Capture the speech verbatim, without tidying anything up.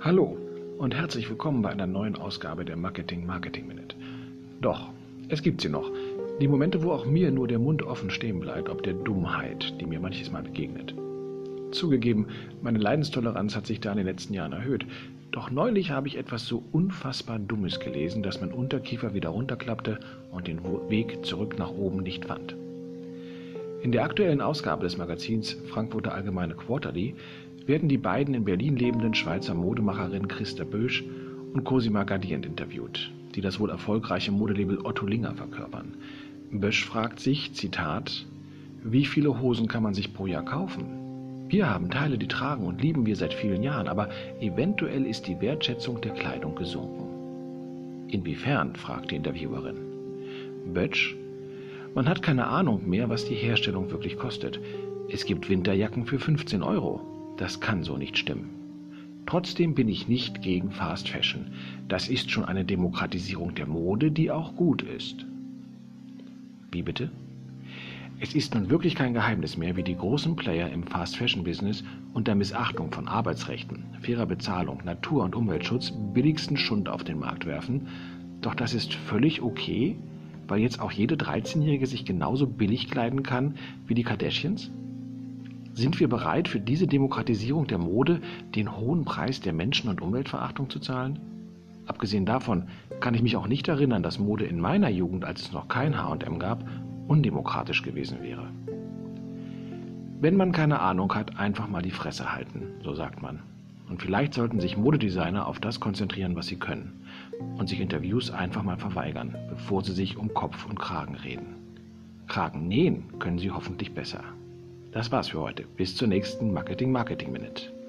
Hallo und herzlich willkommen bei einer neuen Ausgabe der Marketing Marketing Minute. Doch, es gibt sie noch. Die Momente, wo auch mir nur der Mund offen stehen bleibt, ob der Dummheit, die mir manches Mal begegnet. Zugegeben, meine Leidenstoleranz hat sich da in den letzten Jahren erhöht. Doch neulich habe ich etwas so unfassbar Dummes gelesen, dass mein Unterkiefer wieder runterklappte und den Weg zurück nach oben nicht fand. In der aktuellen Ausgabe des Magazins Frankfurter Allgemeine Quarterly werden die beiden in Berlin lebenden Schweizer Modemacherin Christa Bösch und Cosima Gradient interviewt, die das wohl erfolgreiche Modelabel Otto Linger verkörpern. Bösch fragt sich, Zitat, wie viele Hosen kann man sich pro Jahr kaufen? Wir haben Teile, die tragen und lieben wir seit vielen Jahren, aber eventuell ist die Wertschätzung der Kleidung gesunken. Inwiefern, fragt die Interviewerin. Bösch, man hat keine Ahnung mehr, was die Herstellung wirklich kostet. Es gibt Winterjacken für fünfzehn Euro. Das kann so nicht stimmen. Trotzdem bin ich nicht gegen Fast Fashion. Das ist schon eine Demokratisierung der Mode, die auch gut ist. Wie bitte? Es ist nun wirklich kein Geheimnis mehr, wie die großen Player im Fast Fashion Business unter Missachtung von Arbeitsrechten, fairer Bezahlung, Natur- und Umweltschutz billigsten Schund auf den Markt werfen. Doch das ist völlig okay, weil jetzt auch jede dreizehnjährige sich genauso billig kleiden kann wie die Kardashians? Sind wir bereit, für diese Demokratisierung der Mode den hohen Preis der Menschen- und Umweltverachtung zu zahlen? Abgesehen davon kann ich mich auch nicht erinnern, dass Mode in meiner Jugend, als es noch kein H und M gab, undemokratisch gewesen wäre. Wenn man keine Ahnung hat, einfach mal die Fresse halten, so sagt man. Und vielleicht sollten sich Modedesigner auf das konzentrieren, was sie können und sich Interviews einfach mal verweigern, bevor sie sich um Kopf und Kragen reden. Kragen nähen können sie hoffentlich besser. Das war's für heute. Bis zur nächsten Marketing Marketing Minute.